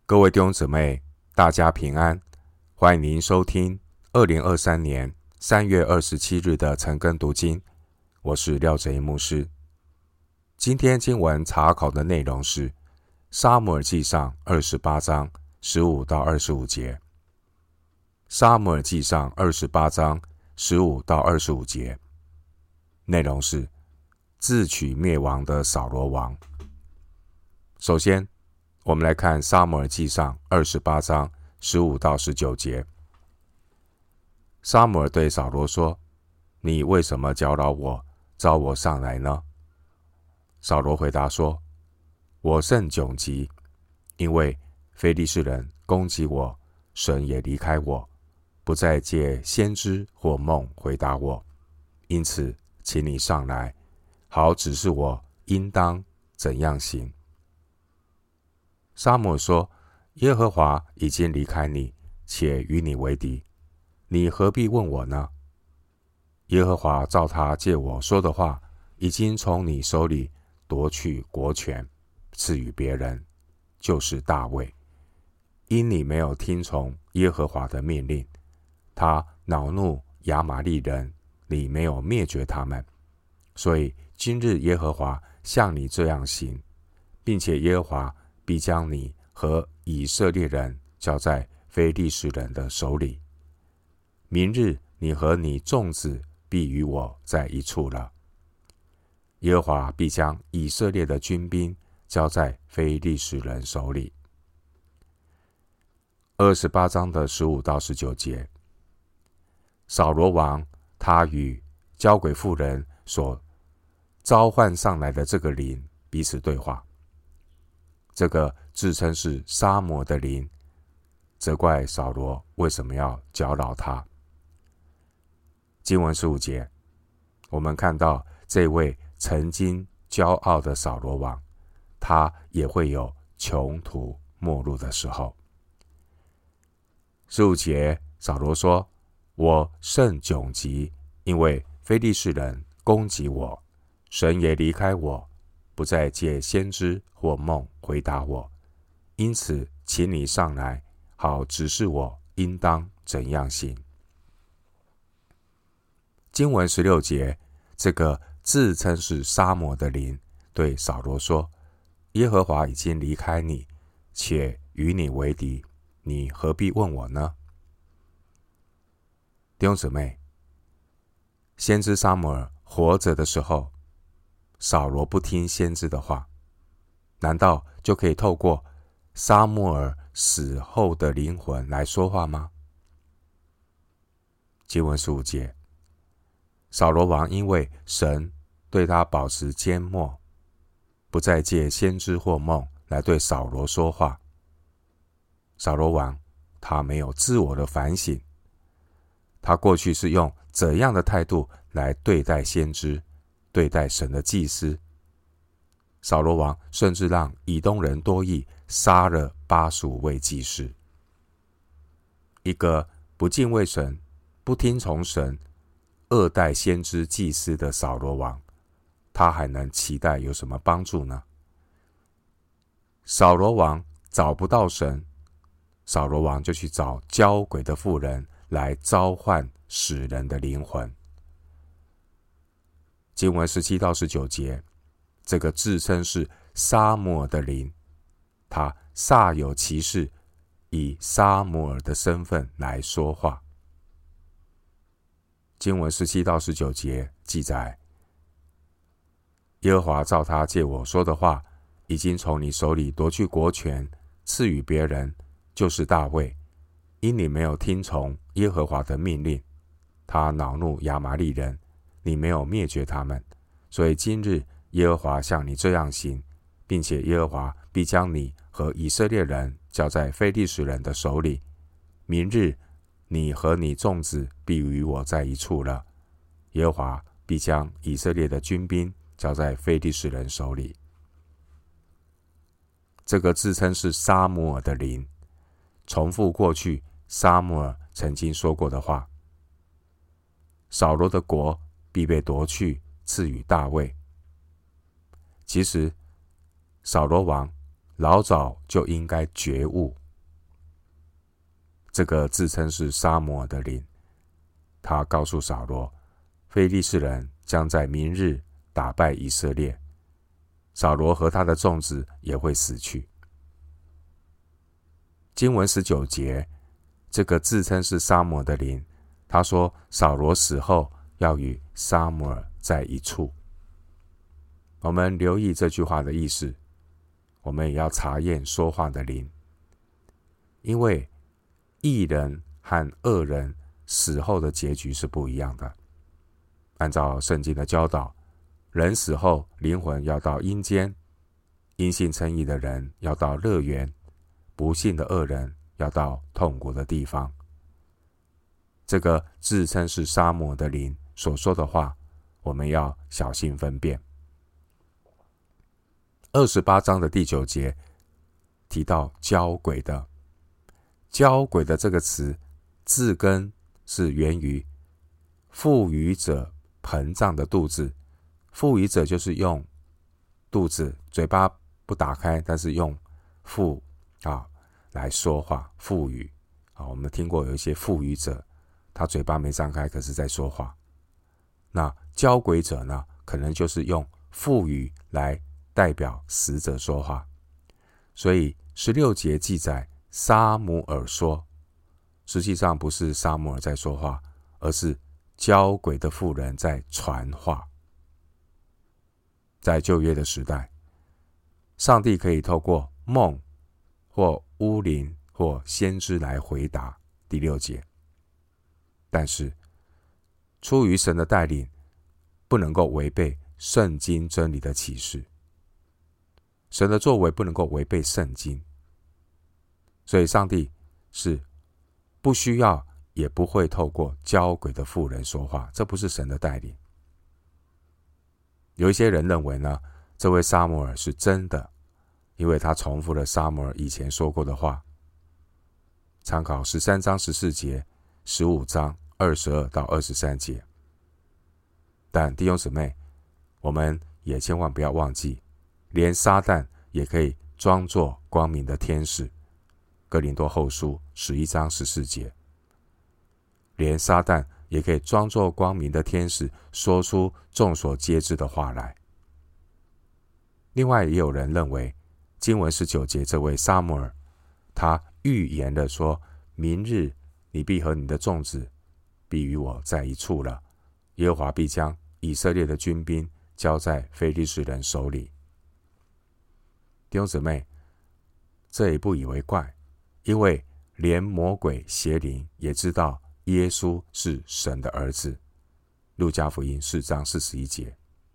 各位弟兄姊妹，大家平安！欢迎您收听2023年3月27日的晨更读经，我是廖哲一牧师。今天经文查考的内容是撒母耳记上28章15到25节。撒母耳记上28章15到25节，内容是自取灭亡的扫罗王。首先，我们来看撒母耳记上28章15到19节。撒母耳对扫罗说：“你为什么搅扰我，召我上来呢？”扫罗回答说：“我甚窘急，因为非利士人攻击我，神也离开我，不再借先知或梦回答我，因此请你上来，好指示我应当怎样行。”撒母耳说：“耶和华已经离开你，且与你为敌，你何必问我呢？耶和华照他借我说的话，已经从你手里夺去国权，赐予别人，就是大卫。因你没有听从耶和华的命令，他恼怒亚玛利人，你没有灭绝他们，所以今日耶和华像你这样行，并且耶和华必将你和以色列人交在非利士人的手里。明日你和你众子必与我在一处了。耶和华必将以色列的军兵交在非利士人手里。28章的15到19节，扫罗王他与交鬼妇人所召唤上来的这个灵彼此对话。这个自称是撒母耳的灵，责怪扫罗为什么要搅扰他。经文15节，我们看到这位曾经骄傲的扫罗王，他也会有穷途末路的时候。15节，扫罗说：“我甚窘急，因为非利士人攻击我，神也离开我，不再借先知或梦回答我，因此请你上来，好指示我应当怎样行。”经文16节，这个自称是撒母耳的灵对扫罗说：“耶和华已经离开你，且与你为敌，你何必问我呢？”弟兄姊妹，先知撒母耳活着的时候，扫罗不听先知的话，难道就可以透过撒母耳死后的灵魂来说话吗？经文15节，扫罗王因为神对他保持缄默，不再借先知或梦来对扫罗说话。扫罗王他没有自我的反省，他过去是用怎样的态度来对待先知，对待神的祭司？扫罗王甚至让以东人多益杀了85位祭司。一个不敬畏神、不听从神、恶待先知祭司的扫罗王，他还能期待有什么帮助呢？扫罗王找不到神，扫罗王就去找交鬼的妇人来召唤死人的灵魂。经文17到19节，这个自称是撒母耳的灵，他煞有其事，以撒母耳的身份来说话。经文17到19节记载：“耶和华照他借我说的话，已经从你手里夺去国权，赐予别人，就是大卫。因你没有听从耶和华的命令，他恼怒亚玛利人，你没有灭绝他们，所以今日耶和华像你这样行，并且耶和华必将你和以色列人交在非利士人的手里。明日你和你众子必与我在一处了。耶和华必将以色列的军兵交在非利士人手里。”这个自称是撒母耳的灵，重复过去撒母耳曾经说过的话：扫罗的国必被夺去，赐予大卫。其实扫罗王老早就应该觉悟。这个自称是撒母耳的灵，他告诉扫罗，非利士人将在明日打败以色列，扫罗和他的众子也会死去。经文19节，这个自称是撒母耳的灵，他说扫罗死后要与撒母耳在一处。我们留意这句话的意思，我们也要查验说话的灵，因为义人和恶人死后的结局是不一样的。按照圣经的教导，人死后灵魂要到阴间，因信称义的人要到乐园，不信的恶人要到痛苦的地方。这个自称是撒母耳的灵所说的话，我们要小心分辨。28章的第9节提到交鬼的，交鬼的这个词字根是源于腹语者膨胀的肚子，腹语者就是用肚子，嘴巴不打开，但是用腹来说话，腹语我们听过有一些腹语者，他嘴巴没张开，可是在说话。那交鬼者呢，可能就是用腹语来代表死者说话。所以16节记载撒母耳说，实际上不是撒母耳在说话，而是交鬼的妇人在传话。在旧约的时代，上帝可以透过梦或巫灵或先知来回答，第6节。但是出于神的带领，不能够违背圣经真理的启示。神的作为不能够违背圣经，所以上帝是不需要也不会透过交鬼的妇人说话，这不是神的带领。有一些人认为呢，这位撒母耳是真的，因为他重复了撒母耳以前说过的话。参考13章14节、15章22到23节。但弟兄姊妹，我们也千万不要忘记，连撒旦也可以装作光明的天使。哥林多后书11章14节。连撒旦也可以装作光明的天使，说出众所皆知的话来。另外也有人认为，经文19节这位撒母耳，他预言了说，明日你必和你的众子必与我在一处了，耶和华必将以色列的军兵交在非利士人手里。弟兄姊妹，这也不以为怪，因为连魔鬼邪灵也知道耶稣是神的儿子。路加福音4章41节。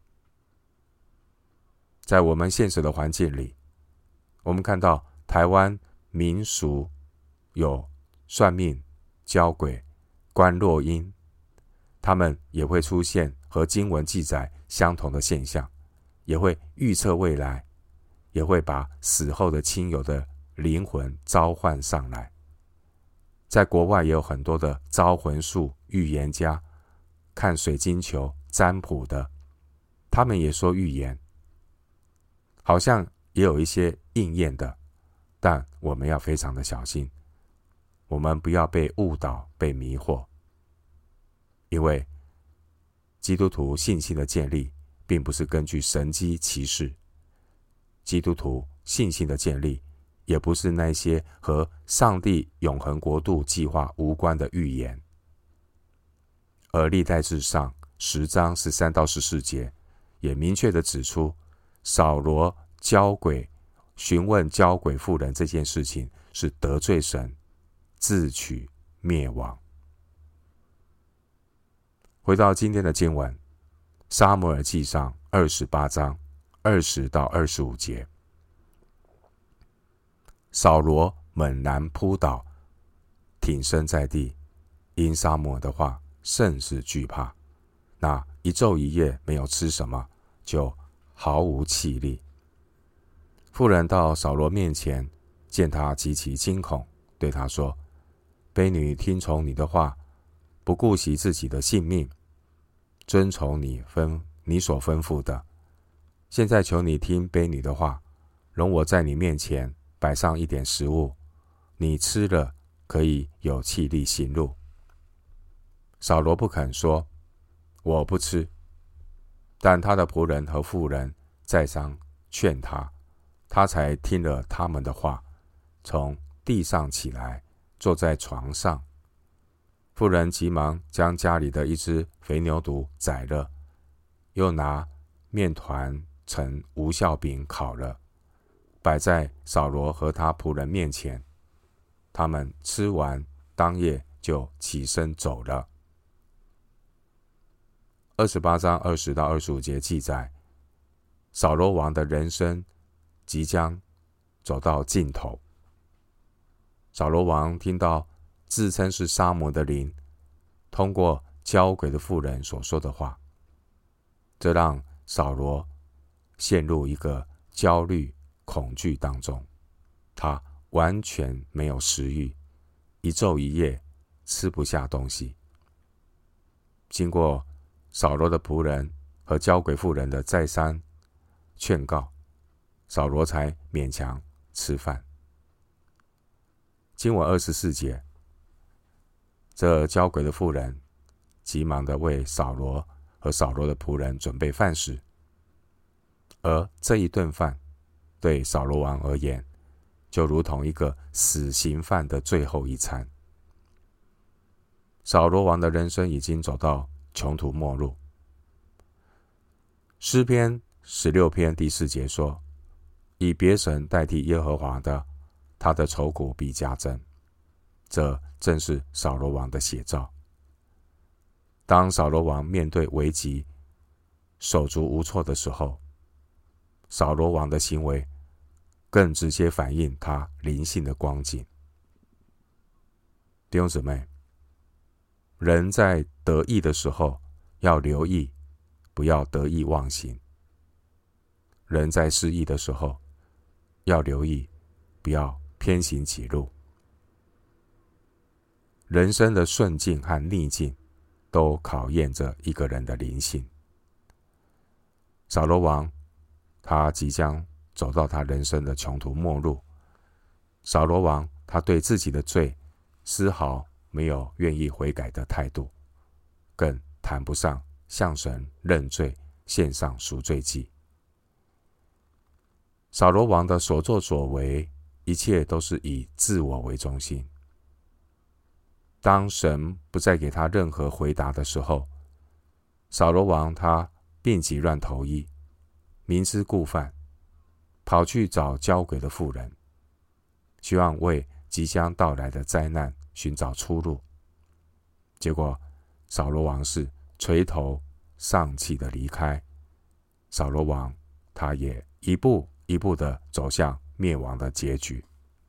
在我们现实的环境里，我们看到台湾民俗有算命、交鬼、观落阴，他们也会出现和经文记载相同的现象，也会预测未来，也会把死后的亲友的灵魂召唤上来。在国外也有很多的招魂术预言家，看水晶球占卜的，他们也说预言，好像也有一些应验的，但我们要非常的小心，我们不要被误导、被迷惑。因为基督徒信心的建立并不是根据神迹奇事，基督徒信心的建立也不是那些和上帝永恒国度计划无关的预言。而历代志上10章13到14节也明确地指出，扫罗交鬼、询问交鬼妇人这件事情是得罪神，自取灭亡。回到今天的经文，撒母耳记上28章20到25节。扫罗猛然扑倒，挺身在地，因撒母耳的话甚是惧怕。那一昼一夜没有吃什么，就毫无气力。妇人到扫罗面前，见他极其惊恐，对他说：婢女听从你的话，不顾惜自己的性命，遵从你所吩咐的。现在求你听婢女的话， 容我在你面前摆上一点食物，你吃了可以有气力行路。扫罗不肯说，我不吃。但他的仆人和妇人再三劝他，他才听了他们的话，从地上起来，坐在床上。妇人急忙将家里的一只肥牛犊宰了，又拿面团盛无酵饼烤了，摆在扫罗和他仆人面前。他们吃完，当夜就起身走了。28章20到25节记载，扫罗王的人生即将走到尽头。扫罗王听到自称是撒母的灵通过交鬼的妇人所说的话，这让扫罗陷入一个焦虑恐惧当中。他完全没有食欲，一昼一夜吃不下东西。经过扫罗的仆人和交鬼妇人的再三劝告，扫罗才勉强吃饭。经文24节，这交鬼的妇人急忙地为扫罗和扫罗的仆人准备饭食，而这一顿饭对扫罗王而言，就如同一个死刑犯的最后一餐。扫罗王的人生已经走到穷途末路。诗篇16篇第4节说，以别神代替耶和华的，他的愁苦必加增。这正是扫罗王的写照。当扫罗王面对危急手足无措的时候，扫罗王的行为更直接反映他灵性的光景。弟兄姊妹，人在得意的时候要留意，不要得意忘形；人在失意的时候要留意，不要偏行己路。人生的顺境和逆境都考验着一个人的灵性。扫罗王他即将走到他人生的穷途末路。扫罗王他对自己的罪丝毫没有愿意悔改的态度，更谈不上向神认罪，献上赎罪祭。扫罗王的所作所为，一切都是以自我为中心。当神不再给他任何回答的时候，扫罗王他病急乱投医，明知故犯，跑去找交鬼的妇人，希望为即将到来的灾难寻找出路。结果扫罗王是垂头丧气的离开。扫罗王他也一步一步的走向灭亡的结局。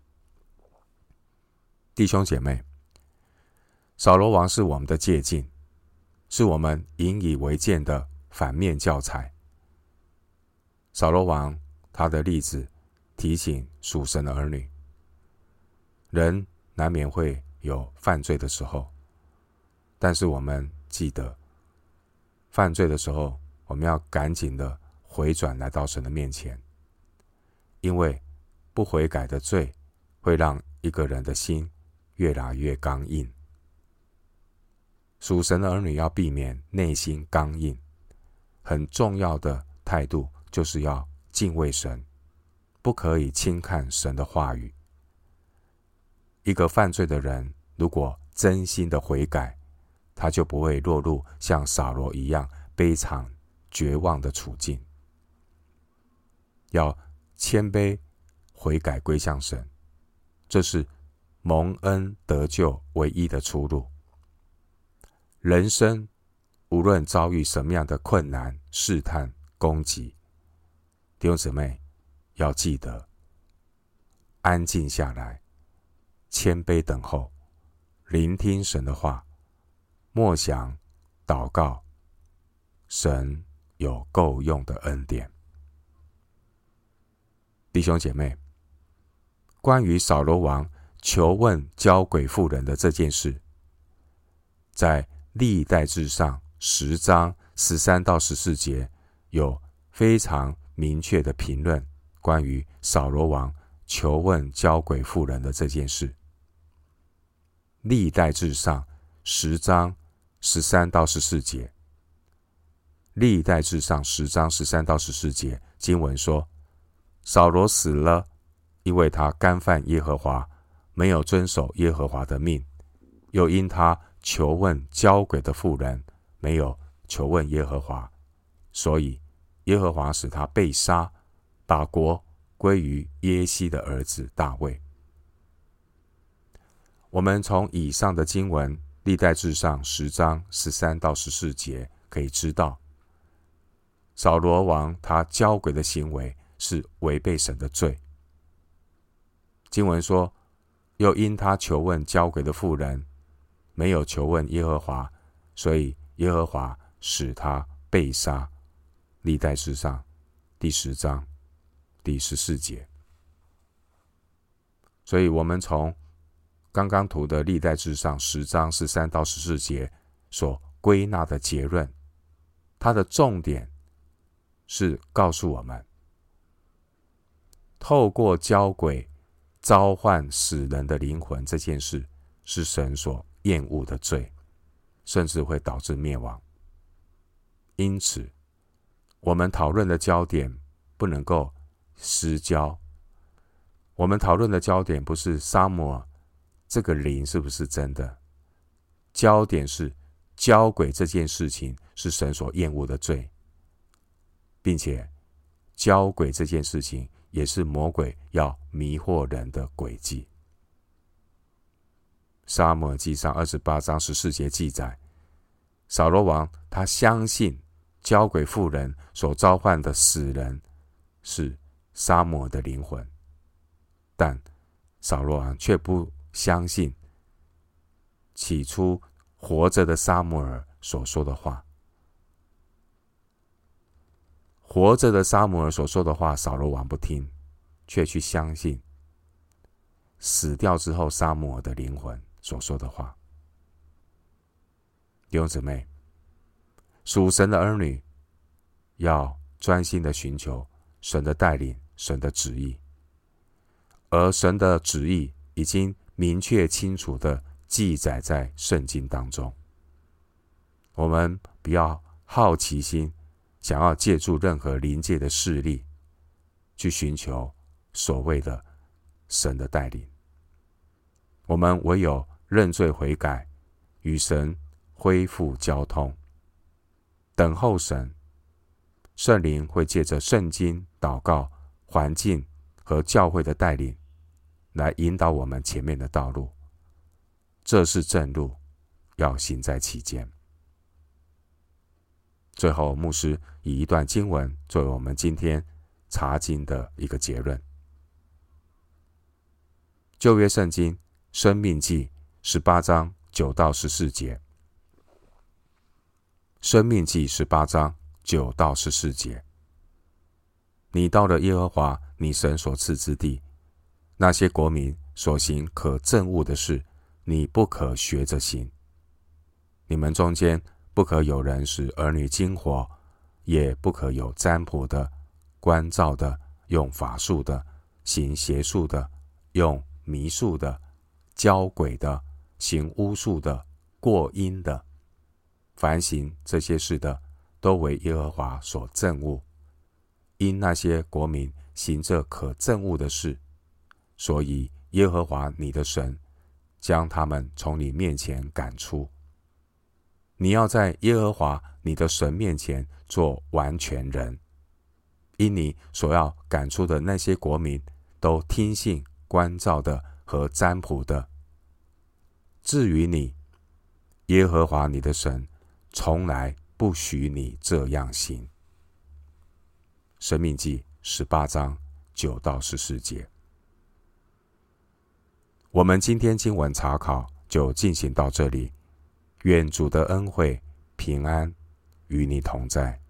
弟兄姐妹，扫罗王是我们的借鉴，是我们引以为鉴的反面教材。扫罗王他的例子提醒属神的儿女，人难免会有犯罪的时候，但是我们记得，犯罪的时候我们要赶紧的回转来到神的面前，因为不悔改的罪会让一个人的心越来越刚硬。属神的儿女要避免内心刚硬，很重要的态度就是要敬畏神，不可以轻看神的话语。一个犯罪的人，如果真心的悔改，他就不会落入像扫罗一样悲惨绝望的处境。要谦卑悔改归向神，这是蒙恩得救唯一的出路。人生无论遭遇什么样的困难、试探、攻击，弟兄姊妹要记得安静下来，谦卑等候，聆听神的话，默想祷告，神有够用的恩典。弟兄姐妹，关于扫罗王求问交鬼妇人的这件事，在历代志上10章13到14节有非常明确的评论关于扫罗王求问交鬼妇人的这件事。历代志上10章13到14节，历代志上10章13到14节，经文说，扫罗死了，因为他干犯耶和华，没有遵守耶和华的命，又因他求问交鬼的妇人，没有求问耶和华，所以耶和华使他被杀，把国归于耶西的儿子大卫。我们从以上的经文历代志上10章13到14节可以知道，扫罗王他交鬼的行为是违背神的罪。经文说，又因他求问交鬼的妇人，没有求问耶和华，所以耶和华使他被杀。历代志上第10章第14节。所以我们从刚刚读的历代志上10章13到14节所归纳的结论，它的重点是告诉我们，透过交鬼召唤死人的灵魂这件事是神所厌恶的罪，甚至会导致灭亡。因此我们讨论的焦点不能够失焦。我们讨论的焦点不是撒母耳这个灵是不是真的，焦点是交鬼这件事情是神所厌恶的罪，并且交鬼这件事情也是魔鬼要迷惑人的诡计。撒母耳记上28章14节记载，扫罗王他相信交鬼妇人所召唤的死人是撒母耳的灵魂，但扫罗王却不相信起初活着的撒母耳所说的话。活着的撒母耳所说的话，扫罗王不听，却去相信死掉之后撒母耳的灵魂所说的话。弟兄姊妹，属神的儿女要专心的寻求神的带领，神的旨意，而神的旨意已经明确清楚的记载在圣经当中。我们不要好奇心想要借助任何灵界的势力去寻求所谓的神的带领。我们唯有认罪悔改，与神恢复交通，等候神。圣灵会借着圣经、祷告、环境和教会的带领来引导我们前面的道路，这是正路，要行在其间。最后，牧师以一段经文作为我们今天查经的一个结论。旧约圣经申命记18章9到14节。申命记18章9到14节。你到了耶和华你神所赐之地，那些国民所行可憎恶的事，你不可学着行。你们中间不可有人使儿女经火，也不可有占卜的、观照的、用法术的、行邪术的、用迷术的、交鬼的、行巫术的、过阴的。凡行这些事的，都为耶和华所憎恶。因那些国民行这可憎恶的事，所以耶和华你的神将他们从你面前赶出。你要在耶和华你的神面前做完全人，因你所要赶出的那些国民都听信观照的和占卜的。至于你，耶和华你的神从来不许你这样行。申命记18章9到14节。我们今天经文查考就进行到这里，愿主的恩惠平安与你同在。